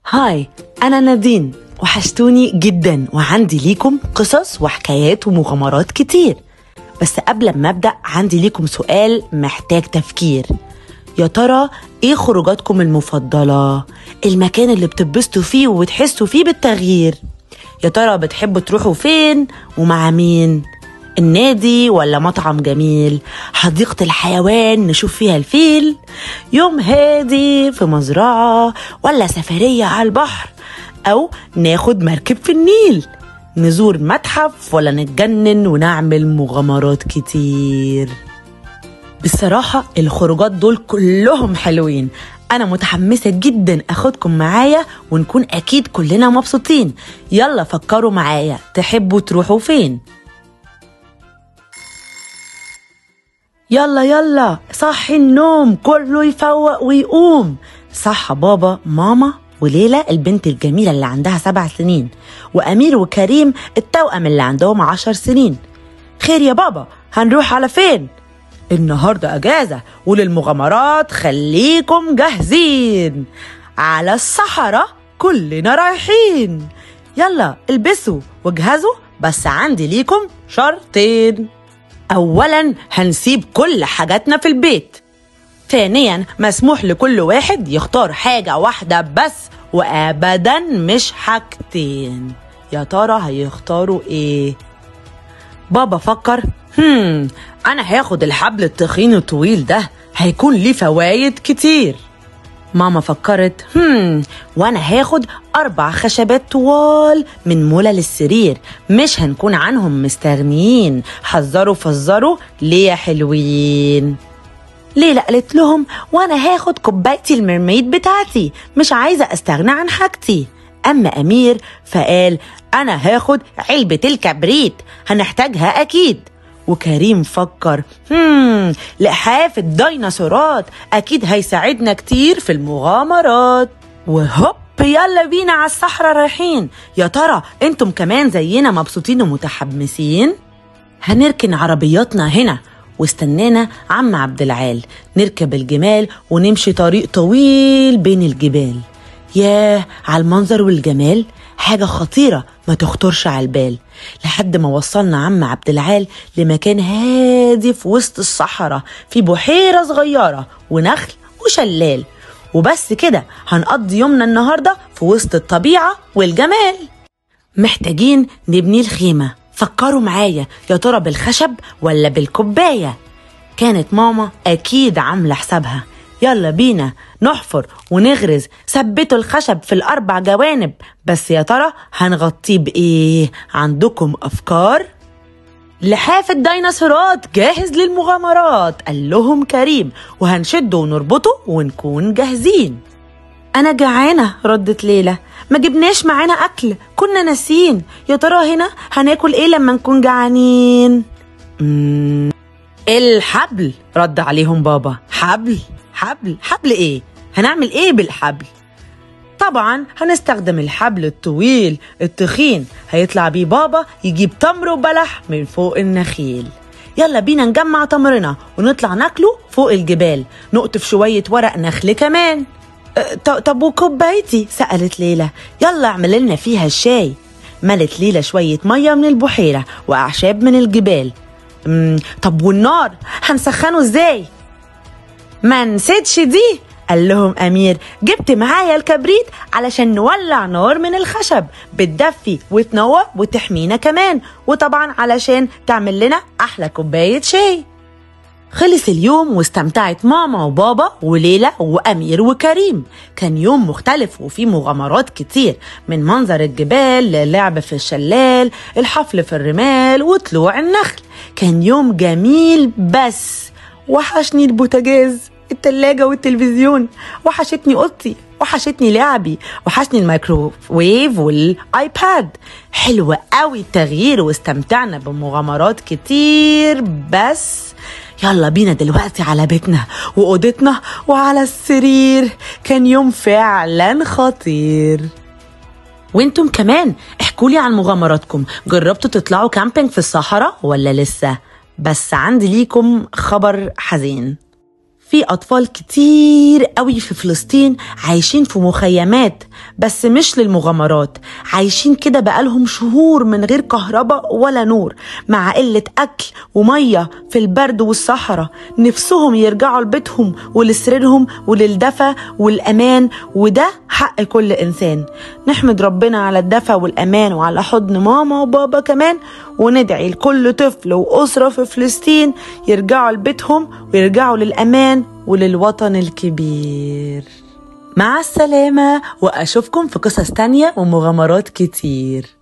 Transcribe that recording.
هاي، أنا نادين، وحشتوني جدا وعندي ليكم قصص وحكايات ومغامرات كتير. بس قبل ما أبدأ عندي ليكم سؤال محتاج تفكير. يا ترى إيه خروجاتكم المفضلة؟ المكان اللي بتتبسطوا فيه وبتحسوا فيه بالتغيير؟ يا ترى بتحبوا تروحوا فين ومع مين؟ النادي ولا مطعم جميل؟ حديقة الحيوان نشوف فيها الفيل؟ يوم هادي في مزرعة؟ ولا سفرية على البحر؟ أو ناخد مركب في النيل؟ نزور متحف ولا نتجنن ونعمل مغامرات كتير؟ بصراحة الخروجات دول كلهم حلوين. أنا متحمسة جدا أخدكم معايا ونكون أكيد كلنا مبسوطين. يلا فكروا معايا، تحبوا تروحوا فين؟ يلا يلا صحي النوم، كله يفوق ويقوم. صح بابا ماما وليلى البنت الجميلة اللي عندها 7 سنين، وأمير وكريم التوأم اللي عندهم 10 سنين. خير يا بابا، هنروح على فين؟ النهاردة أجازة وللمغامرات خليكم جاهزين. على الصحراء كلنا رايحين. يلا البسوا واجهزوا، بس عندي ليكم شرطين. أولاً هنسيب كل حاجاتنا في البيت. ثانياً مسموح لكل واحد يختار حاجة واحدة بس، وأبداً مش حاجتين. يا ترى هيختاروا إيه؟ بابا فكر. أنا هاخد الحبل التخين الطويل ده، هيكون ليه فوايد كتير. ماما فكرت. وانا هاخد 4 خشبات طوال من مولل السرير، مش هنكون عنهم مستغنيين. حذروا فزروا ليه يا حلوين؟ ليلى قالت لهم وانا هاخد كوبايتي المرميد بتاعتي، مش عايزة استغنى عن حاجتي. اما امير فقال انا هاخد علبة الكبريت، هنحتاجها اكيد. وكريم فكر لحاف الديناصورات أكيد هيساعدنا كتير في المغامرات. وهوب يلا بينا على الصحراء رايحين. يا ترى انتم كمان زينا مبسوطين ومتحمسين؟ هنركن عربياتنا هنا واستنانا عم عبد العال، نركب الجمال ونمشي طريق طويل بين الجبال. ياه على المنظر والجمال، حاجة خطيرة ما تخطرش على البال. لحد ما وصلنا عم عبد العال لمكان هادي في وسط الصحراء، في بحيرة صغيرة ونخل وشلال. وبس كده هنقضي يومنا النهاردة في وسط الطبيعة والجمال. محتاجين نبني الخيمة. فكروا معايا، يا ترى بالخشب ولا بالكوباية؟ كانت ماما أكيد عاملة حسابها. يلا بينا نحفر ونغرز. ثبتوا الخشب في ال4 جوانب، بس يا ترى هنغطيه بإيه؟ عندكم أفكار؟ لحاف الديناصورات جاهز للمغامرات، قال لهم كريم، وهنشده ونربطه ونكون جاهزين. أنا جعانة، ردت ليلى، ما جبناش معانا أكل، كنا ناسين. يا ترى هنا هناكل إيه لما نكون جعانين؟ الحبل، رد عليهم بابا. حبل ايه؟ هنعمل ايه بالحبل؟ طبعا هنستخدم الحبل الطويل التخين، هيطلع بيه بابا يجيب تمر وبلح من فوق النخيل. يلا بينا نجمع تمرنا ونطلع ناكله فوق الجبال، نقطف شوية ورق نخل كمان. طب وكوبايتي؟ سألت ليلى. يلا اعمل لنا فيها الشاي. ملت ليلى شوية مية من البحيرة وأعشاب من الجبال. طب والنار هنسخنه ازاي؟ ما نسيتش دي، قال لهم أمير، جبت معايا الكبريت علشان نولع نار من الخشب، بتدفي وتنور وتحمينا كمان، وطبعا علشان تعمل لنا أحلى كوباية شاي. خلص اليوم واستمتعت ماما وبابا وليلى وأمير وكريم. كان يوم مختلف وفيه مغامرات كتير، من منظر الجبال للعب في الشلال، الحفل في الرمال وطلوع النخل. كان يوم جميل. بس وحشني البوتاجاز، التلاجة والتلفزيون، وحشتني أوضتي، وحشتني لعبي، وحشني الميكروويف والآيباد. حلو قوي التغيير واستمتعنا بمغامرات كتير. بس يلا بينا دلوقتي على بيتنا وأوضتنا وعلى السرير. كان يوم فعلا خطير. وانتم كمان احكولي عن مغامراتكم. جربتوا تطلعوا كامبينج في الصحراء ولا لسه؟ بس عندي ليكم خبر حزين. في أطفال كتير قوي في فلسطين عايشين في مخيمات، بس مش للمغامرات، عايشين كده بقالهم شهور من غير كهرباء ولا نور، مع قلة أكل ومية في البرد والصحراء. نفسهم يرجعوا لبيتهم ولسريرهم وللدفى والأمان، وده حق كل إنسان. نحمد ربنا على الدفى والأمان وعلى حضن ماما وبابا كمان، وندعي لكل طفل وأسرة في فلسطين يرجعوا لبيتهم ويرجعوا للأمان وللوطن الكبير. مع السلامة، وأشوفكم في قصص تانية ومغامرات كتير.